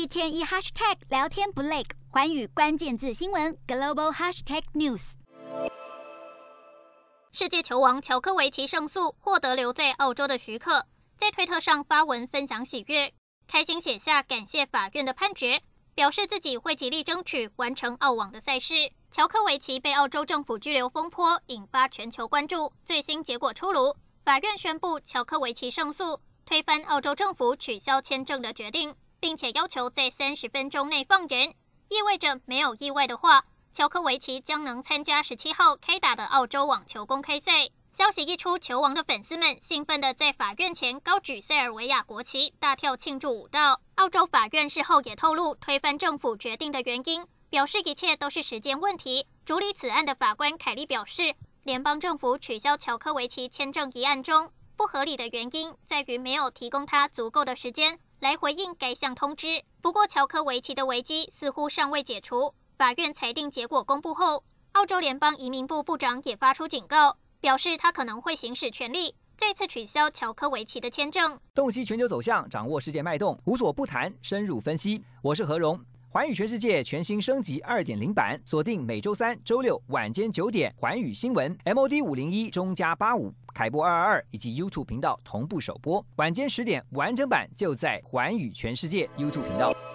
天一 hashtag 聊天不累，寰宇关键字新闻 global hashtag news。 世界球王乔科维奇胜诉，获得留在澳洲的许可，在推特上发文分享喜悦，开心写下感谢法院的判决，表示自己会极力争取完成澳网的赛事。乔科维奇被澳洲政府拘留风波引发全球关注，最新结果出炉，法院宣布乔科维奇胜诉，推翻澳洲政府取消签证的决定，并且要求在30分钟内放人，意味着没有意外的话，乔科维奇将能参加17号开打的澳洲网球公开赛。消息一出，球王的粉丝们兴奋地在法院前高举塞尔维亚国旗，大跳庆祝舞蹈。澳洲法院事后也透露推翻政府决定的原因，表示一切都是时间问题。主理此案的法官凯利表示，联邦政府取消乔科维奇签证一案中不合理的原因在于没有提供他足够的时间来回应该项通知。不过，乔科维奇的危机似乎尚未解除。法院裁定结果公布后，澳洲联邦移民部部长也发出警告，表示他可能会行使权力，再次取消乔科维奇的签证。 洞悉全球走向，掌握世界脉动，无所不谈，深入分析。我是何荣。寰宇全世界全新升级2.0版，锁定每周3、周6晚间9点，寰宇新闻 MOD 501中加85凯播222以及 YouTube 频道同步首播，晚间10点完整版就在寰宇全世界 YouTube 频道。